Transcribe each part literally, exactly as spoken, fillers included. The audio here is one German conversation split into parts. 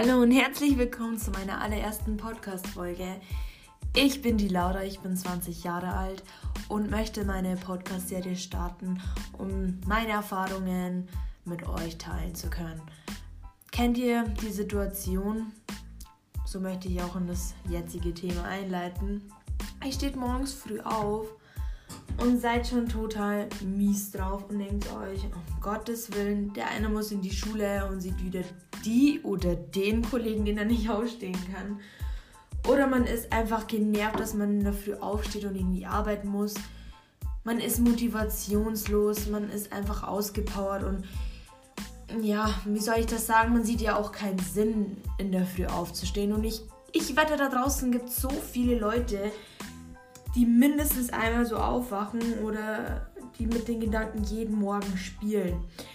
Hallo und herzlich willkommen zu meiner allerersten Podcast-Folge. Ich bin die Laura, ich bin zwanzig Jahre alt und möchte meine Podcast-Serie starten, um meine Erfahrungen mit euch teilen zu können. Kennt ihr die Situation? So möchte ich auch in das jetzige Thema einleiten. Ihr steht morgens früh auf und seid schon total mies drauf und denkt euch, um Gottes Willen, der eine muss in die Schule und sieht wieder die oder den Kollegen, den er nicht ausstehen kann. Oder man ist einfach genervt, dass man in der Früh aufsteht und irgendwie arbeiten muss. Man ist motivationslos, man ist einfach ausgepowert und ja, wie soll ich das sagen, man sieht ja auch keinen Sinn, in der Früh aufzustehen. Und ich, ich wette, da draußen gibt es so viele Leute, die mindestens einmal so aufwachen oder die mit den Gedanken jeden Morgen spielen.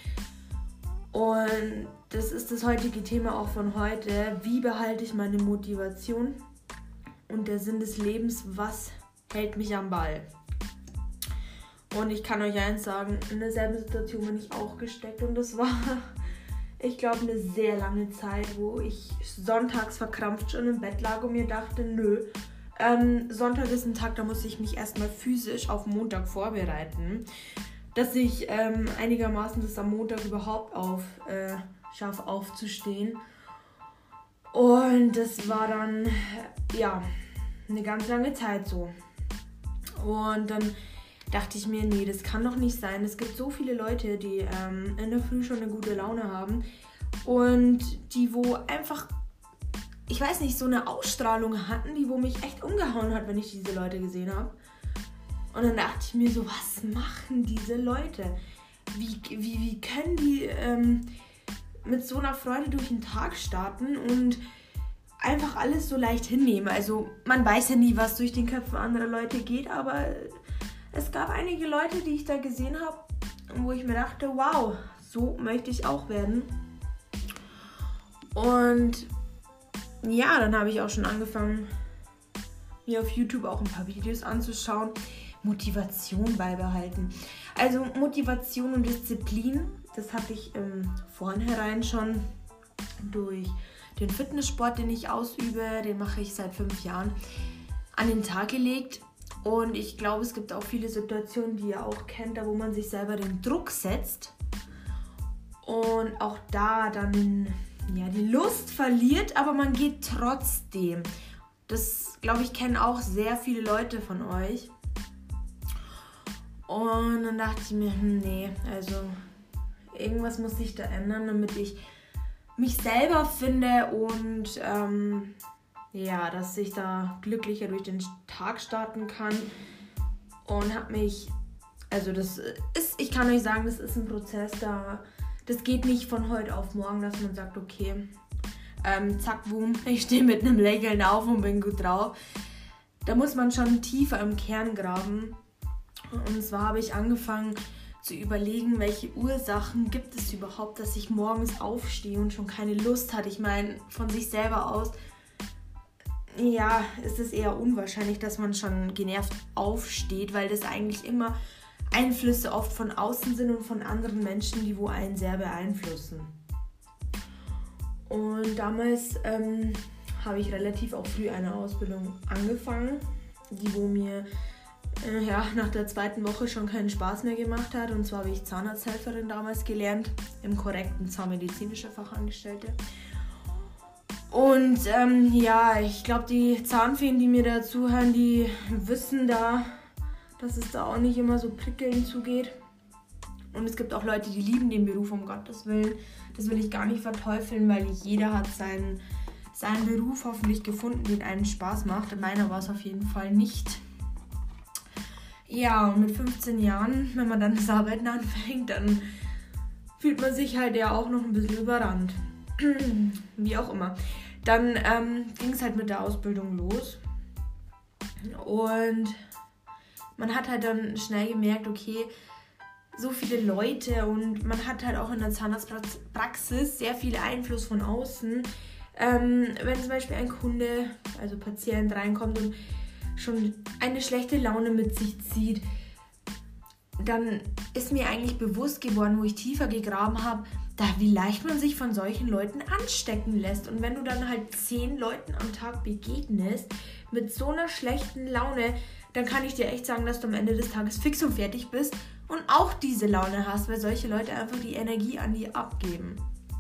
Und das ist das heutige Thema auch von heute. Wie behalte ich meine Motivation und der Sinn des Lebens? Was hält mich am Ball? Und ich kann euch eins sagen, in derselben Situation bin ich auch gesteckt. Und das war, ich glaube, eine sehr lange Zeit, wo ich sonntags verkrampft schon im Bett lag und mir dachte, nö, ähm, Sonntag ist ein Tag, da muss ich mich erstmal physisch auf Montag vorbereiten, dass ich ähm, einigermaßen das am Montag überhaupt auf, äh, schaffe aufzustehen. Und das war dann, ja, eine ganz lange Zeit so. Und dann dachte ich mir, nee, das kann doch nicht sein. Es gibt so viele Leute, die ähm, in der Früh schon eine gute Laune haben und die, wo einfach, ich weiß nicht, so eine Ausstrahlung hatten, die wo mich echt umgehauen hat, wenn ich diese Leute gesehen habe. Und dann dachte ich mir so, was machen diese Leute? Wie, wie, wie können die ähm, mit so einer Freude durch den Tag starten und einfach alles so leicht hinnehmen? Also man weiß ja nie, was durch den Köpfen anderer Leute geht, aber es gab einige Leute, die ich da gesehen habe, wo ich mir dachte, wow, so möchte ich auch werden. Und ja, dann habe ich auch schon angefangen, mir auf YouTube auch ein paar Videos anzuschauen. Motivation beibehalten. Also Motivation und Disziplin, das habe ich im Vornherein schon durch den Fitnesssport, den ich ausübe, den mache ich seit fünf Jahren, an den Tag gelegt. Und ich glaube, es gibt auch viele Situationen, die ihr auch kennt, da wo man sich selber den Druck setzt und auch da dann ja, die Lust verliert, aber man geht trotzdem. Das, glaube ich, kennen auch sehr viele Leute von euch. Und dann dachte ich mir, hm, nee, also irgendwas muss sich da ändern, damit ich mich selber finde und ähm, ja, dass ich da glücklicher durch den Tag starten kann. Und habe mich, also das ist, ich kann euch sagen, das ist ein Prozess, da, das geht nicht von heute auf morgen, dass man sagt, okay, ähm, zack, boom, ich stehe mit einem Lächeln auf und bin gut drauf. Da muss man schon tiefer im Kern graben. Und zwar habe ich angefangen zu überlegen, welche Ursachen gibt es überhaupt, dass ich morgens aufstehe und schon keine Lust hatte. Ich meine, von sich selber aus, ja, ist es eher unwahrscheinlich, dass man schon genervt aufsteht, weil das eigentlich immer Einflüsse oft von außen sind und von anderen Menschen, die wo einen sehr beeinflussen. Und damals ähm, habe ich relativ auch früh eine Ausbildung angefangen, die wo mir äh, ja, nach der zweiten Woche schon keinen Spaß mehr gemacht hat. Und zwar habe ich Zahnarzthelferin damals gelernt, im korrekten zahnmedizinische Fachangestellte. Und ähm, ja, ich glaube, die Zahnfeen, die mir da zuhören, die wissen da, dass es da auch nicht immer so prickelnd zugeht. Und es gibt auch Leute, die lieben den Beruf, um Gottes Willen. Das will ich gar nicht verteufeln, weil jeder hat seinen, seinen Beruf hoffentlich gefunden, den einen Spaß macht. Meiner war es auf jeden Fall nicht. Ja, und mit fünfzehn Jahren, wenn man dann das Arbeiten anfängt, dann fühlt man sich halt ja auch noch ein bisschen überrannt. Wie auch immer. Dann ähm, ging es halt mit der Ausbildung los. Und man hat halt dann schnell gemerkt, okay, so viele Leute und man hat halt auch in der Zahnarztpraxis sehr viel Einfluss von außen. Ähm, wenn zum Beispiel ein Kunde, also Patient, reinkommt und schon eine schlechte Laune mit sich zieht, dann ist mir eigentlich bewusst geworden, wo ich tiefer gegraben habe, da wie leicht man sich von solchen Leuten anstecken lässt. Und wenn du dann halt zehn Leuten am Tag begegnest mit so einer schlechten Laune, dann kann ich dir echt sagen, dass du am Ende des Tages fix und fertig bist und auch diese Laune hast, weil solche Leute einfach die Energie an dir abgeben.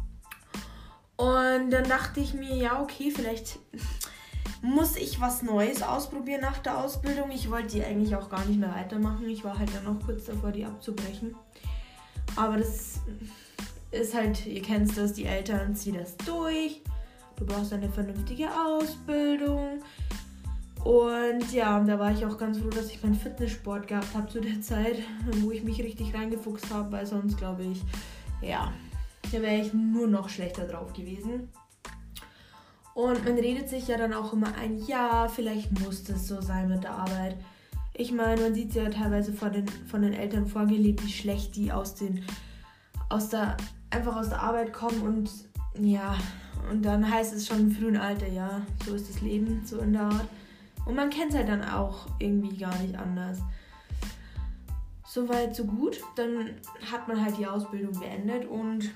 Und dann dachte ich mir, ja okay, vielleicht muss ich was Neues ausprobieren nach der Ausbildung. Ich wollte die eigentlich auch gar nicht mehr weitermachen. Ich war halt dann noch kurz davor, die abzubrechen. Aber das ist halt, ihr kennt das, die Eltern ziehen das durch. Du brauchst eine vernünftige Ausbildung. Und ja, da war ich auch ganz froh, dass ich meinen Fitnesssport gehabt habe zu der Zeit, wo ich mich richtig reingefuchst habe, weil sonst glaube ich, ja, da wäre ich nur noch schlechter drauf gewesen. Und man redet sich ja dann auch immer ein, ja, vielleicht muss das so sein mit der Arbeit. Ich meine, man sieht ja teilweise von den, von den Eltern vorgelebt, wie schlecht die aus den, aus der, einfach aus der Arbeit kommen und ja, und dann heißt es schon im frühen Alter, ja, so ist das Leben, so in der Art. Und man kennt es halt dann auch irgendwie gar nicht anders. Soweit, so gut. Dann hat man halt die Ausbildung beendet und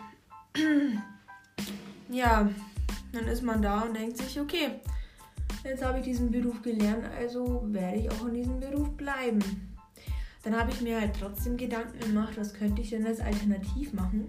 ja, dann ist man da und denkt sich, okay, jetzt habe ich diesen Beruf gelernt, also werde ich auch in diesem Beruf bleiben. Dann habe ich mir halt trotzdem Gedanken gemacht, was könnte ich denn als Alternativ machen.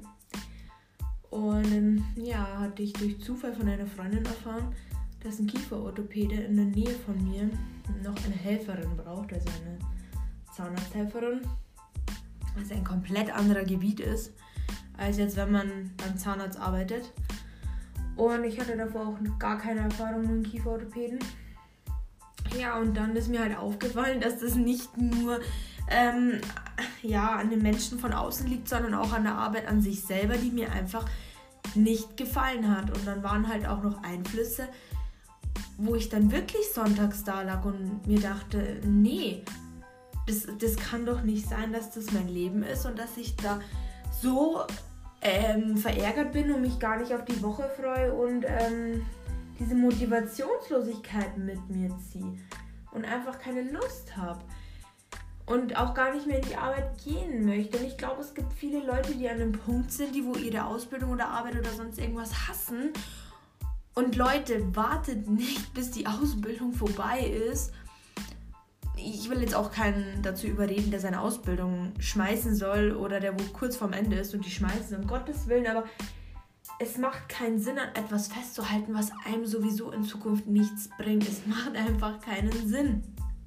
Und ja, hatte ich durch Zufall von einer Freundin erfahren, dass ein Kieferorthopäde in der Nähe von mir noch eine Helferin braucht, also eine Zahnarzthelferin, was ein komplett anderer Gebiet ist, als jetzt, wenn man beim Zahnarzt arbeitet. Und ich hatte davor auch gar keine Erfahrung mit einem Kieferorthopäden. Ja, und dann ist mir halt aufgefallen, dass das nicht nur ähm, ja, an den Menschen von außen liegt, sondern auch an der Arbeit an sich selber, die mir einfach nicht gefallen hat. Und dann waren halt auch noch Einflüsse, wo ich dann wirklich sonntags da lag und mir dachte, nee, das, das kann doch nicht sein, dass das mein Leben ist und dass ich da so ähm, verärgert bin und mich gar nicht auf die Woche freue und ähm, diese Motivationslosigkeit mit mir ziehe und einfach keine Lust habe und auch gar nicht mehr in die Arbeit gehen möchte. Und ich glaube, es gibt viele Leute, die an einem Punkt sind, die wo ihre Ausbildung oder Arbeit oder sonst irgendwas hassen. Und Leute, wartet nicht, bis die Ausbildung vorbei ist. Ich will jetzt auch keinen dazu überreden, der seine Ausbildung schmeißen soll oder der wo kurz vorm Ende ist und die schmeißen, um Gottes Willen. Aber es macht keinen Sinn, an etwas festzuhalten, was einem sowieso in Zukunft nichts bringt. Es macht einfach keinen Sinn.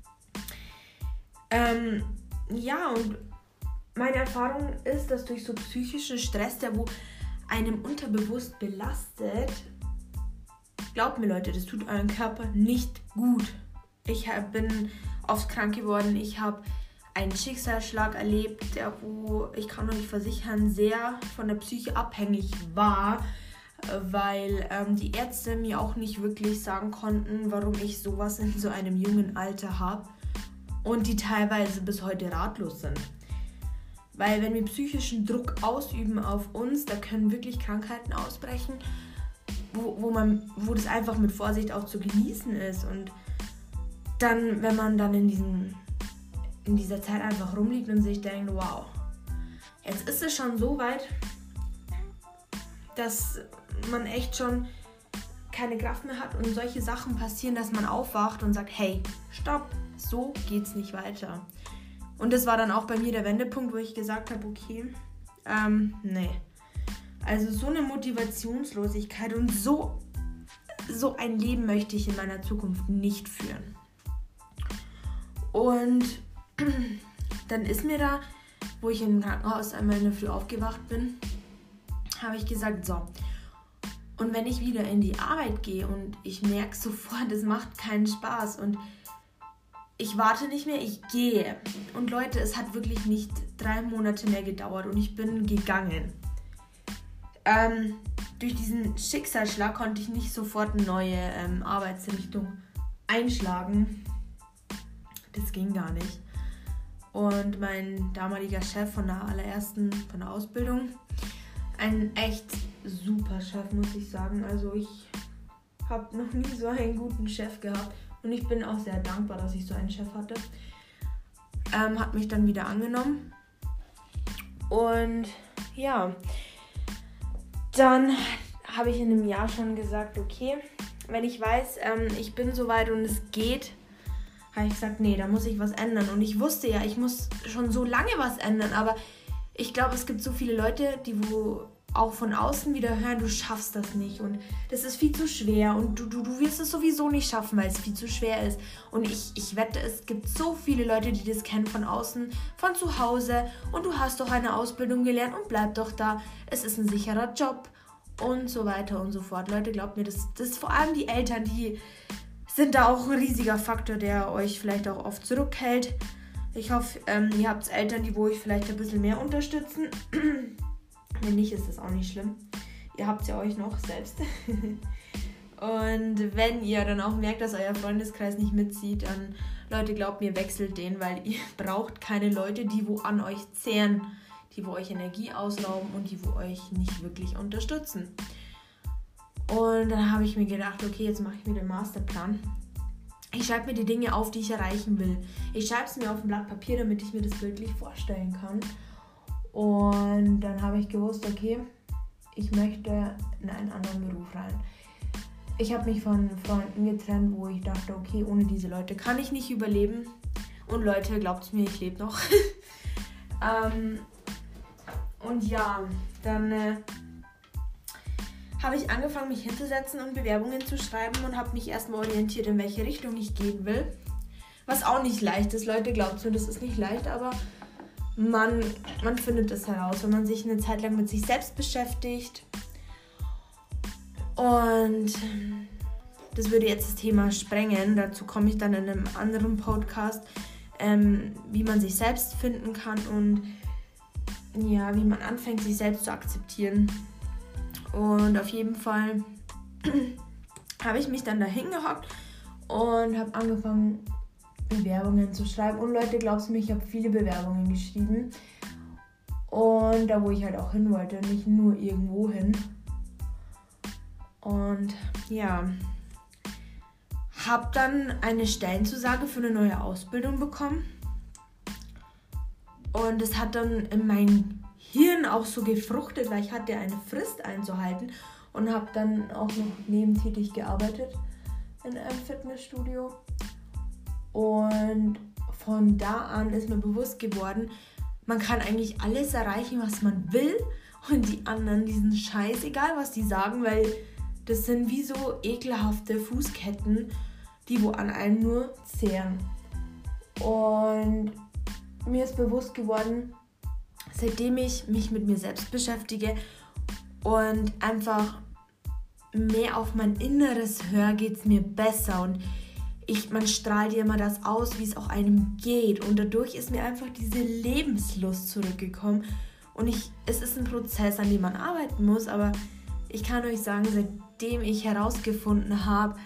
Ähm, ja, und meine Erfahrung ist, dass durch so psychischen Stress, der wo einem unterbewusst belastet, glaubt mir Leute, das tut euren Körper nicht gut. Ich hab, bin oft krank geworden, ich habe einen Schicksalsschlag erlebt, der wo, ich kann euch versichern, sehr von der Psyche abhängig war, weil ähm, die Ärzte mir auch nicht wirklich sagen konnten, warum ich sowas in so einem jungen Alter habe und die teilweise bis heute ratlos sind. Weil wenn wir psychischen Druck ausüben auf uns, da können wirklich Krankheiten ausbrechen, Wo, wo, man, wo das einfach mit Vorsicht auch zu genießen ist. Und dann, wenn man dann in, diesen, in dieser Zeit einfach rumliegt und sich denkt, wow, jetzt ist es schon so weit, dass man echt schon keine Kraft mehr hat und solche Sachen passieren, dass man aufwacht und sagt, hey, stopp, so geht's nicht weiter. Und das war dann auch bei mir der Wendepunkt, wo ich gesagt habe, okay, ähm, nee. Also so eine Motivationslosigkeit und so, so ein Leben möchte ich in meiner Zukunft nicht führen. Und dann ist mir da, wo ich im Krankenhaus einmal in der Früh aufgewacht bin, habe ich gesagt, so, und wenn ich wieder in die Arbeit gehe und ich merke sofort, es macht keinen Spaß und ich warte nicht mehr, ich gehe. Und Leute, es hat wirklich nicht drei Monate mehr gedauert und ich bin gegangen. Ähm, durch diesen Schicksalsschlag konnte ich nicht sofort eine neue ähm, Arbeitsrichtung einschlagen. Das ging gar nicht. Und mein damaliger Chef von der allerersten, von der Ausbildung, ein echt super Chef, muss ich sagen. Also ich habe noch nie so einen guten Chef gehabt. Und ich bin auch sehr dankbar, dass ich so einen Chef hatte. Ähm, hat mich dann wieder angenommen. Und ja, dann habe ich in einem Jahr schon gesagt, okay, wenn ich weiß, ähm, ich bin soweit und es geht, habe ich gesagt, nee, da muss ich was ändern. Und ich wusste ja, ich muss schon so lange was ändern, aber ich glaube, es gibt so viele Leute, die wo auch von außen wieder hören, du schaffst das nicht und das ist viel zu schwer und du, du, du wirst es sowieso nicht schaffen, weil es viel zu schwer ist. Und ich, ich wette, es gibt so viele Leute, die das kennen von außen, von zu Hause und du hast doch eine Ausbildung gelernt und bleib doch da, es ist ein sicherer Job und so weiter und so fort. Leute, glaubt mir, das, das ist vor allem die Eltern, die sind da auch ein riesiger Faktor, der euch vielleicht auch oft zurückhält. Ich hoffe, ähm, ihr habt Eltern, die wo euch vielleicht ein bisschen mehr unterstützen. Wenn nicht, ist das auch nicht schlimm. Ihr habt es ja euch noch selbst. Und wenn ihr dann auch merkt, dass euer Freundeskreis nicht mitzieht, dann, Leute, glaubt mir, wechselt den, weil ihr braucht keine Leute, die wo an euch zehren, die wo euch Energie ausrauben und die wo euch nicht wirklich unterstützen. Und dann habe ich mir gedacht, okay, jetzt mache ich mir den Masterplan. Ich schreibe mir die Dinge auf, die ich erreichen will. Ich schreibe es mir auf ein Blatt Papier, damit ich mir das wirklich vorstellen kann. Und dann habe ich gewusst, okay, ich möchte in einen anderen Beruf rein. Ich habe mich von Freunden getrennt, wo ich dachte, okay, ohne diese Leute kann ich nicht überleben. Und Leute, glaubt's mir, ich lebe noch. ähm, und ja, dann äh, habe ich angefangen, mich hinzusetzen und Bewerbungen zu schreiben und habe mich erstmal orientiert, in welche Richtung ich gehen will. Was auch nicht leicht ist, Leute, glaubt's mir, das ist nicht leicht, aber Man, man findet es heraus, wenn man sich eine Zeit lang mit sich selbst beschäftigt. Und das würde jetzt das Thema sprengen. Dazu komme ich dann in einem anderen Podcast, ähm, wie man sich selbst finden kann und ja, wie man anfängt, sich selbst zu akzeptieren. Und auf jeden Fall habe ich mich dann da hingehockt und habe angefangen, Bewerbungen zu schreiben. Und Leute, glaubst du mir, ich habe viele Bewerbungen geschrieben. Und da, wo ich halt auch hin wollte, nicht nur irgendwo hin. Und ja, habe dann eine Stellenzusage für eine neue Ausbildung bekommen. Und es hat dann in meinem Hirn auch so gefruchtet, weil ich hatte eine Frist einzuhalten. Und habe dann auch noch nebentätig gearbeitet in einem Fitnessstudio. Und von da an ist mir bewusst geworden, man kann eigentlich alles erreichen, was man will. Und die anderen, die sind scheißegal, was die sagen, weil das sind wie so ekelhafte Fußketten, die wo an einem nur zehren. Und mir ist bewusst geworden, seitdem ich mich mit mir selbst beschäftige und einfach mehr auf mein Inneres höre, geht es mir besser. Und Ich, man strahlt ja immer das aus, wie es auch einem geht. Und dadurch ist mir einfach diese Lebenslust zurückgekommen. Und ich, es ist ein Prozess, an dem man arbeiten muss. Aber ich kann euch sagen, seitdem ich herausgefunden habe,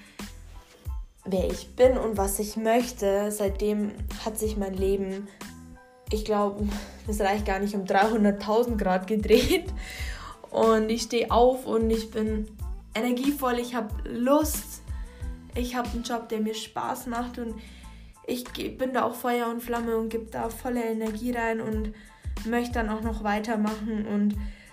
wer ich bin und was ich möchte, seitdem hat sich mein Leben, ich glaube, das reicht gar nicht, um dreihunderttausend Grad gedreht. Und ich stehe auf und ich bin energievoll, ich habe Lust. Ich habe einen Job, der mir Spaß macht und ich bin da auch Feuer und Flamme und gebe da volle Energie rein und möchte dann auch noch weitermachen. Und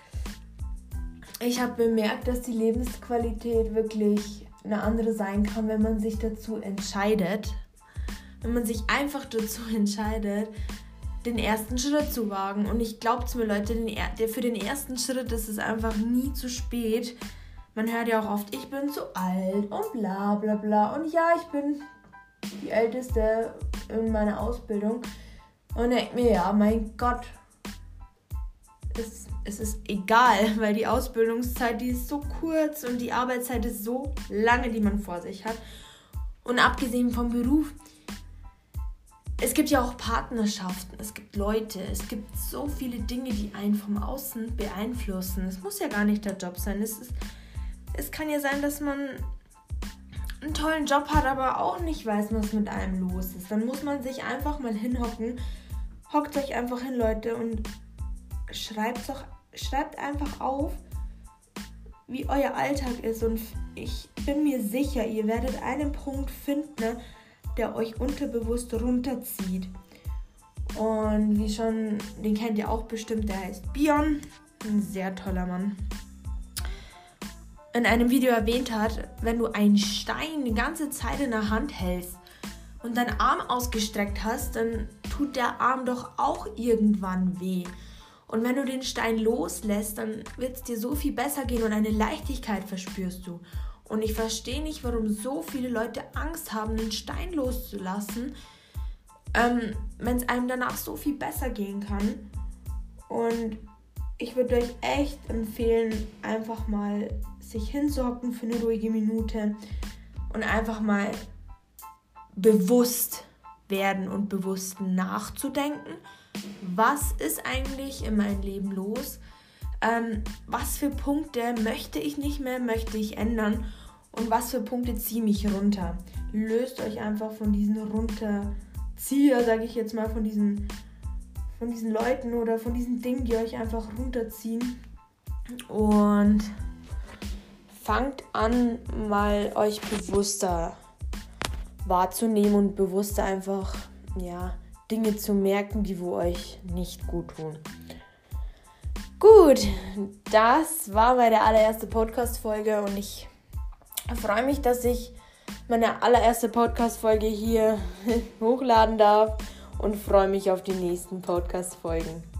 ich habe bemerkt, dass die Lebensqualität wirklich eine andere sein kann, wenn man sich dazu entscheidet. Wenn man sich einfach dazu entscheidet, den ersten Schritt zu wagen. Und ich glaube zu mir, Leute, den, der für den ersten Schritt ist es einfach nie zu spät. Man hört ja auch oft, ich bin zu alt und bla bla bla. Und ja, ich bin die Älteste in meiner Ausbildung. Und denke mir, ja, mein Gott, es, es ist egal, weil die Ausbildungszeit, die ist so kurz und die Arbeitszeit ist so lange, die man vor sich hat. Und abgesehen vom Beruf, es gibt ja auch Partnerschaften, es gibt Leute, es gibt so viele Dinge, die einen vom Außen beeinflussen. Es muss ja gar nicht der Job sein, es ist... Es kann ja sein, dass man einen tollen Job hat, aber auch nicht weiß, was mit einem los ist. Dann muss man sich einfach mal hinhocken. Hockt euch einfach hin, Leute, und schreibt, doch, schreibt einfach auf, wie euer Alltag ist. Und ich bin mir sicher, ihr werdet einen Punkt finden, der euch unterbewusst runterzieht. Und wie schon, den kennt ihr auch bestimmt, der heißt Bion. Ein sehr toller Mann. in einem Video erwähnt hat, wenn du einen Stein die ganze Zeit in der Hand hältst und deinen Arm ausgestreckt hast, dann tut der Arm doch auch irgendwann weh. Und wenn du den Stein loslässt, dann wird es dir so viel besser gehen und eine Leichtigkeit verspürst du. Und ich verstehe nicht, warum so viele Leute Angst haben, den Stein loszulassen, ähm, wenn es einem danach so viel besser gehen kann. Und ich würde euch echt empfehlen, einfach mal sich hinzuhocken für eine ruhige Minute und einfach mal bewusst werden und bewusst nachzudenken. Was ist eigentlich in meinem Leben los? Ähm, was für Punkte möchte ich nicht mehr, möchte ich ändern? Und was für Punkte ziehen mich runter? Löst euch einfach von diesen Runterzieher, sage ich jetzt mal, von diesen, von diesen Leuten oder von diesen Dingen, die euch einfach runterziehen. Und fangt an, mal euch bewusster wahrzunehmen und bewusster einfach, ja, Dinge zu merken, die wo euch nicht gut tun. Gut, das war meine allererste Podcast-Folge und ich freue mich, dass ich meine allererste Podcast-Folge hier hochladen darf und freue mich auf die nächsten Podcast-Folgen.